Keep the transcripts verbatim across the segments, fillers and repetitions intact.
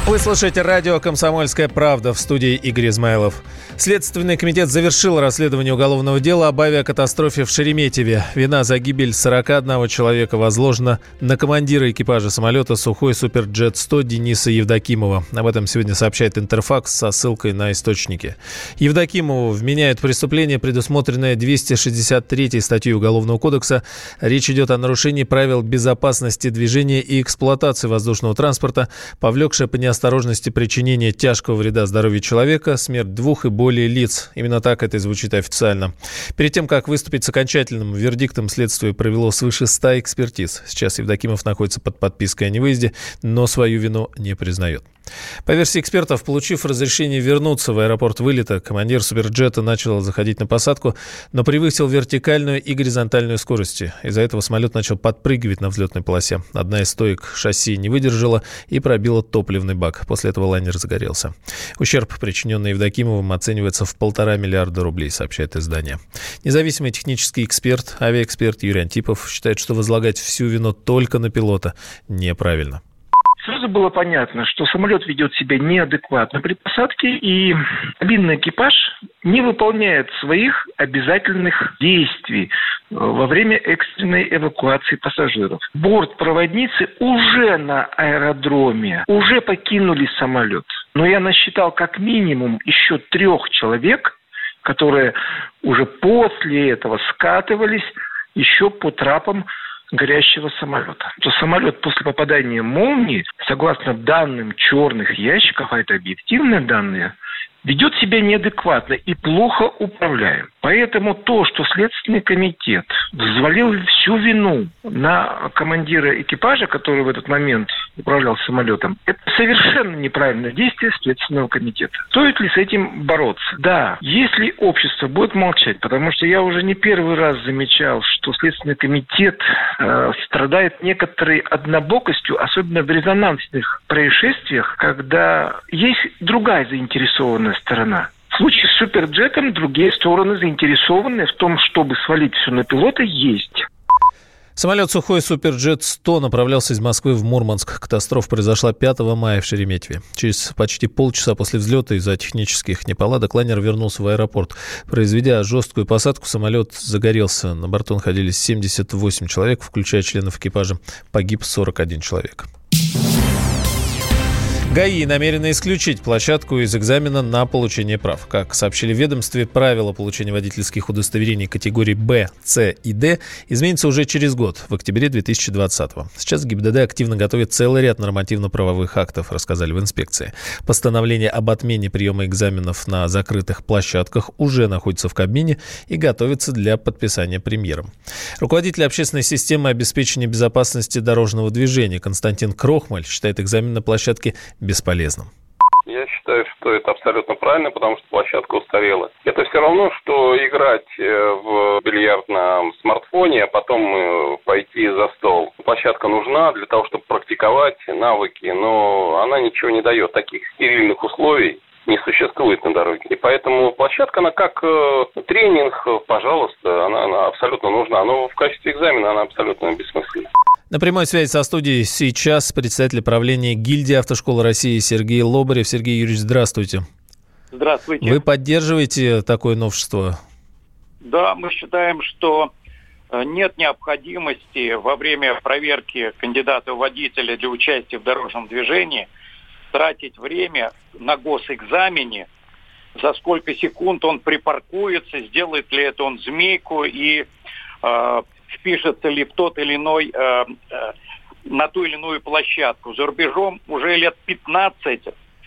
Вы слушаете радио «Комсомольская правда», в студии Игорь Измайлов. Следственный комитет завершил расследование уголовного дела об авиакатастрофе в Шереметьеве. Вина за гибель сорока одного человека возложена на командира экипажа самолета «Сухой Суперджет сто» Дениса Евдокимова. Об этом сегодня сообщает Интерфакс со ссылкой на источники. Евдокимову вменяют преступление, предусмотренное двести шестьдесят третьей статьей Уголовного кодекса. Речь идет о нарушении правил безопасности движения и эксплуатации воздушного транспорта, повлекшее по неосторожности причинения тяжкого вреда здоровью человека, смерть двух и более лиц. Именно так это и звучит официально. Перед тем, как выступить с окончательным вердиктом, следствие провело свыше ста экспертиз. Сейчас Евдокимов находится под подпиской о невыезде, но свою вину не признает. По версии экспертов, получив разрешение вернуться в аэропорт вылета, командир Суперджета начал заходить на посадку, но превысил вертикальную и горизонтальную скорости. Из-за этого самолет начал подпрыгивать на взлетной полосе. Одна из стоек шасси не выдержала и пробила топливный бак. После этого лайнер загорелся. Ущерб, причиненный Евдокимовым, оценивается в полтора миллиарда рублей, сообщает издание. Независимый технический эксперт, авиаэксперт Юрий Антипов считает, что возлагать всю вину только на пилота неправильно. Сразу было понятно, что самолет ведет себя неадекватно при посадке, и кабинный экипаж не выполняет своих обязательных действий во время экстренной эвакуации пассажиров. Бортпроводницы уже на аэродроме, уже покинули самолет. Но я насчитал как минимум еще трех человек, которые уже после этого скатывались еще по трапам горящего самолета. То самолет после попадания молнии, согласно данным черных ящиков, а это объективные данные, ведет себя неадекватно и плохо управляем. Поэтому то, что Следственный комитет взвалил всю вину на командира экипажа, который в этот момент управлял самолетом, это совершенно неправильное действие Следственного комитета. Стоит ли с этим бороться? Да, если общество будет молчать, потому что я уже не первый раз замечал, что Следственный комитет э, страдает некоторой однобокостью, особенно в резонансных происшествиях, когда есть другая заинтересованная сторона. В случае с Суперджетом другие стороны, заинтересованные в том, чтобы свалить все на пилота, есть. Самолет «Сухой Суперджет сто» направлялся из Москвы в Мурманск. Катастрофа произошла пятого мая в Шереметьеве. Через почти полчаса после взлета из-за технических неполадок лайнер вернулся в аэропорт. Произведя жесткую посадку, самолет загорелся. На борту находились семьдесят восемь человек, включая членов экипажа. Погиб сорок один человек. ГАИ намерены исключить площадку из экзамена на получение прав. Как сообщили в ведомстве, правила получения водительских удостоверений категорий Б, С и Д изменятся уже через год, в октябре две тысячи двадцатого. Сейчас ГИБДД активно готовит целый ряд нормативно-правовых актов, рассказали в инспекции. Постановление об отмене приема экзаменов на закрытых площадках уже находится в Кабмине и готовится для подписания премьером. Руководитель общественной системы обеспечения безопасности дорожного движения Константин Крохмаль считает экзамен на площадке бесполезным. Я считаю, что это абсолютно правильно, потому что площадка устарела. Это все равно, что играть в бильярдном смартфоне, а потом пойти за стол. Площадка нужна для того, чтобы практиковать навыки, но она ничего не дает. Таких стерильных условий не существует на дороге. И поэтому площадка, она как э, тренинг, пожалуйста, она, она абсолютно нужна. Но в качестве экзамена она абсолютно бессмысленна. На прямой связи со студией сейчас председатель правления гильдии автошколы России Сергей Лобарев. Сергей Юрьевич, здравствуйте. Здравствуйте. Вы поддерживаете такое новшество? Да, мы считаем, что нет необходимости во время проверки кандидата в водителя для участия в дорожном движении тратить время на госэкзамене, за сколько секунд он припаркуется, сделает ли это он змейку и э, впишется ли в тот или иной, э, э, на ту или иную площадку. За рубежом уже лет пятнадцать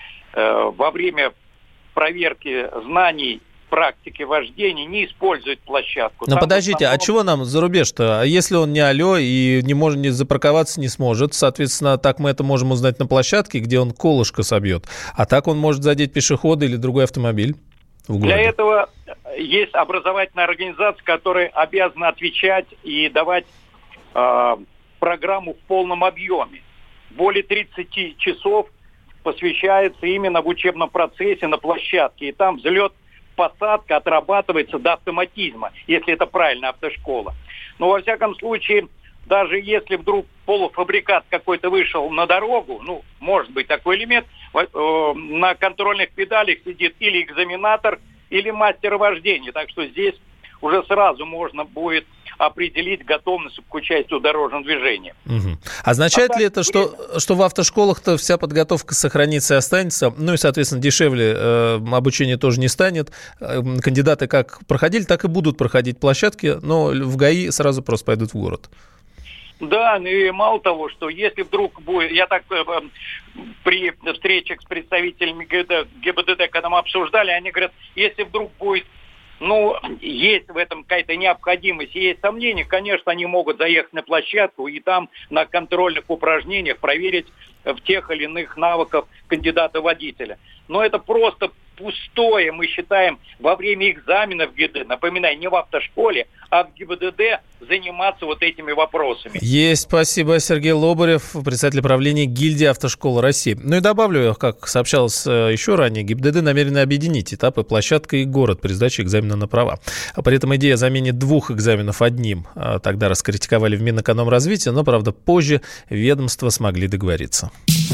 э, во время проверки знаний, практики вождения не используют площадку. Но Там подождите, основном... а чего нам за рубеж-то? А если он не алло и не может не запарковаться не сможет, соответственно, так мы это можем узнать на площадке, где он колышко собьет. А так он может задеть пешехода или другой автомобиль в городе. Для этого есть образовательная организация, которая обязана отвечать и давать э, программу в полном объеме. Более тридцати часов посвящается именно в учебном процессе на площадке. И там взлет, посадка отрабатывается до автоматизма, если это правильная автошкола. Но, во всяком случае, даже если вдруг полуфабрикат какой-то вышел на дорогу, ну, может быть такой элемент, на контрольных педалях сидит или экзаменатор, или мастер вождения. Так что здесь уже сразу можно будет определить готовность к участию в дорожном движении. Угу. Означает а ли это, что, время... что в автошколах-то вся подготовка сохранится и останется, ну и, соответственно, дешевле э, обучение тоже не станет? Э, кандидаты как проходили, так и будут проходить площадки, но в ГАИ сразу просто пойдут в город. Да, и мало того, что если вдруг будет... Я так э, при встречах с представителями ГИБДД, когда мы обсуждали, они говорят, если вдруг будет, ну, есть в этом какая-то необходимость, есть сомнения, конечно, они могут заехать на площадку и там на контрольных упражнениях проверить в тех или иных навыках кандидата-водителя. Но это просто пустое, мы считаем, во время экзаменов ГИБДД, напоминаю, не в автошколе, а в ГИБДД заниматься вот этими вопросами. Есть, спасибо. Сергей Лобарев, председатель правления гильдии автошкол России. Ну и добавлю, как сообщалось еще ранее, ГИБДД намерены объединить этапы площадка и город при сдаче экзамена на права. При этом идея о замене двух экзаменов одним тогда раскритиковали в Минэкономразвития, но, правда, позже ведомства смогли договориться.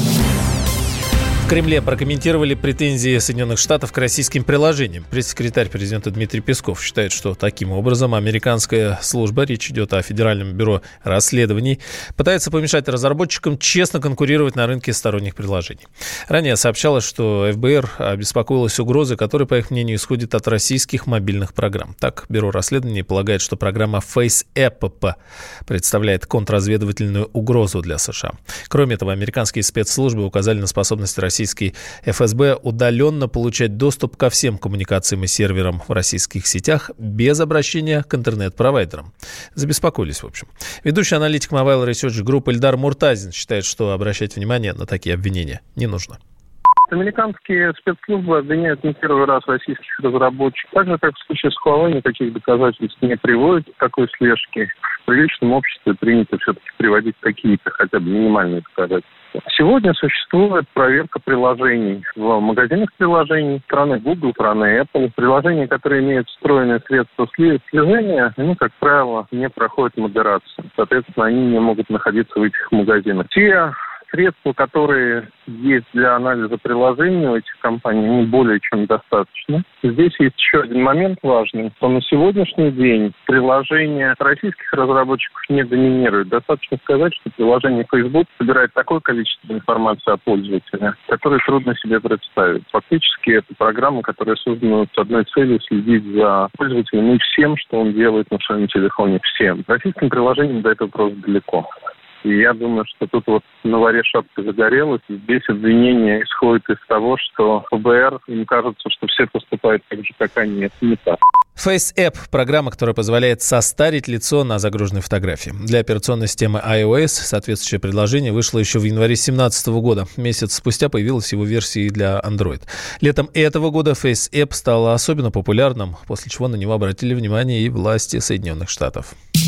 В Кремле прокомментировали претензии Соединенных Штатов к российским приложениям. Пресс-секретарь президента Дмитрий Песков считает, что таким образом американская служба, речь идет о Федеральном бюро расследований, пытается помешать разработчикам честно конкурировать на рынке сторонних приложений. Ранее сообщалось, что эф бэ эр обеспокоилась угрозой, которая, по их мнению, исходит от российских мобильных программ. Так, бюро расследований полагает, что программа FaceApp представляет контрразведывательную угрозу для США. Кроме этого, американские спецслужбы указали на способность России российский эф эс бэ удаленно получать доступ ко всем коммуникациям и серверам в российских сетях без обращения к интернет-провайдерам. Забеспокоились, в общем. Ведущий аналитик Mobile Research Group Эльдар Муртазин считает, что обращать внимание на такие обвинения не нужно. Американские спецслужбы обвиняют не первый раз российских разработчиков. Так же, как в случае с Huawei, никаких доказательств не приводят к такой слежке. В приличном обществе принято все-таки приводить какие-то хотя бы минимальные доказательства. Сегодня существует проверка приложений в магазинах приложений страны Google, страны Apple. Приложения, которые имеют встроенные средства слежения, они, как правило, не проходят модерацию. Соответственно, они не могут находиться в этих магазинах. Те средства, которые есть для анализа приложений у этих компаний, не более чем достаточно. Здесь есть еще один момент важный, что на сегодняшний день приложения российских разработчиков не доминируют. Достаточно сказать, что приложение Facebook собирает такое количество информации о пользователе, которое трудно себе представить. Фактически это программа, которая создана с одной целью следить за пользователем и всем, что он делает на своем телефоне, всем. Российским приложениям до этого просто далеко. И я думаю, что тут вот на варе шапка загорелась. И здесь обвинение исходит из того, что эф бэ эр, им кажется, что все поступают так же, как они. Это не так. FaceApp – программа, которая позволяет состарить лицо на загруженной фотографии. Для операционной системы iOS соответствующее предложение вышло еще в январе две тысячи семнадцатого года. Месяц спустя появилась его версия и для Android. Летом этого года FaceApp стала особенно популярным, после чего на него обратили внимание и власти Соединенных Штатов.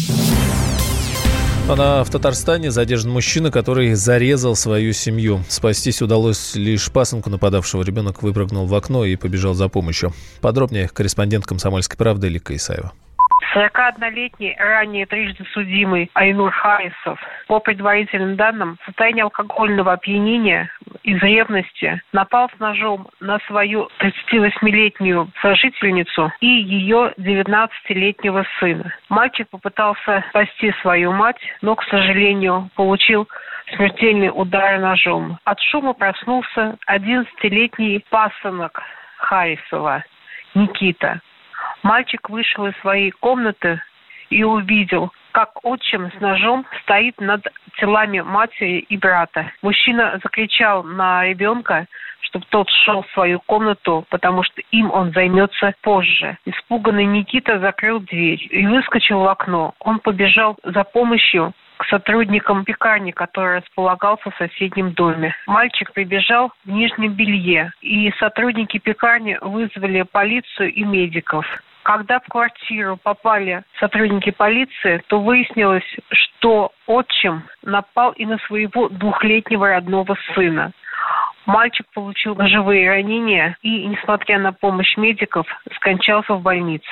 А в Татарстане задержан мужчина, который зарезал свою семью. Спастись удалось лишь пасынку нападавшего. Ребенок выпрыгнул в окно и побежал за помощью. Подробнее корреспондент «Комсомольской правды» Лика Исаева. сорокаоднолетний, ранее трижды судимый Айнур Харисов, по предварительным данным, в состоянии алкогольного опьянения из ревности напал с ножом на свою тридцативосьмилетнюю сожительницу и ее девятнадцатилетнего сына. Мальчик попытался спасти свою мать, но, к сожалению, получил смертельный удар ножом. От шума проснулся одиннадцатилетний пасынок Харисова Никита. Мальчик вышел из своей комнаты и увидел, как отчим с ножом стоит над телами матери и брата. Мужчина закричал на ребенка, чтобы тот шел в свою комнату, потому что им он займется позже. Испуганный Никита закрыл дверь и выскочил в окно. Он побежал за помощью к сотрудникам пекарни, который располагался в соседнем доме. Мальчик прибежал в нижнем белье, и сотрудники пекарни вызвали полицию и медиков. Когда в квартиру попали сотрудники полиции, то выяснилось, что отчим напал и на своего двухлетнего родного сына. Мальчик получил ножевые ранения и, несмотря на помощь медиков, скончался в больнице.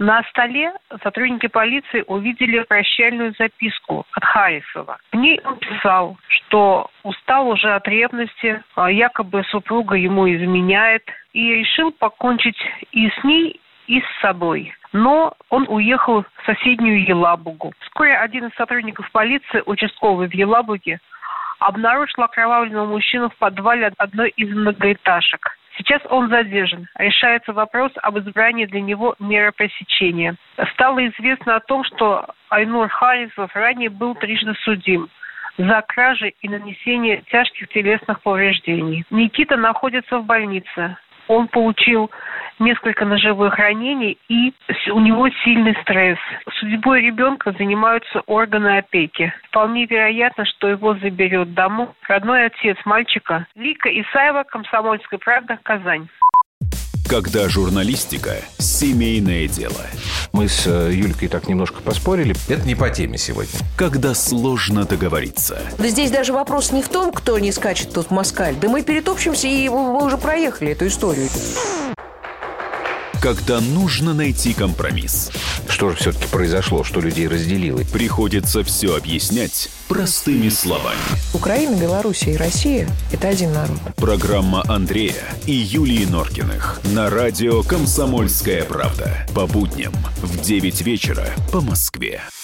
На столе сотрудники полиции увидели прощальную записку от Харисова. В ней он писал, что устал уже от ревности, якобы супруга ему изменяет, и решил покончить и с ней, и с собой. Но он уехал в соседнюю Елабугу. Вскоре один из сотрудников полиции, участковый в Елабуге, обнаружил окровавленного мужчину в подвале одной из многоэтажек. Сейчас он задержан. Решается вопрос об избрании для него меры пресечения. Стало известно о том, что Айнур Харисов ранее был трижды судим за кражи и нанесение тяжких телесных повреждений. Никита находится в больнице. Он получил несколько ножевых ранений, и у него сильный стресс. Судьбой ребенка занимаются органы опеки. Вполне вероятно, что его заберет домой родной отец мальчика. Вика Исаева, «Комсомольская правда», Казань. Когда журналистика – семейное дело. Мы с Юлькой так немножко поспорили. Это не по теме сегодня. Когда сложно договориться. Да здесь даже вопрос не в том, кто не скачет, тот москаль. Да мы перетопчемся, и мы уже проехали эту историю. Когда нужно найти компромисс. Что же все-таки произошло, что людей разделило? Приходится все объяснять простыми словами. Украина, Белоруссия и Россия – это один народ. Программа Андрея и Юлии Норкиных на радио «Комсомольская правда». По будням в девять вечера по Москве.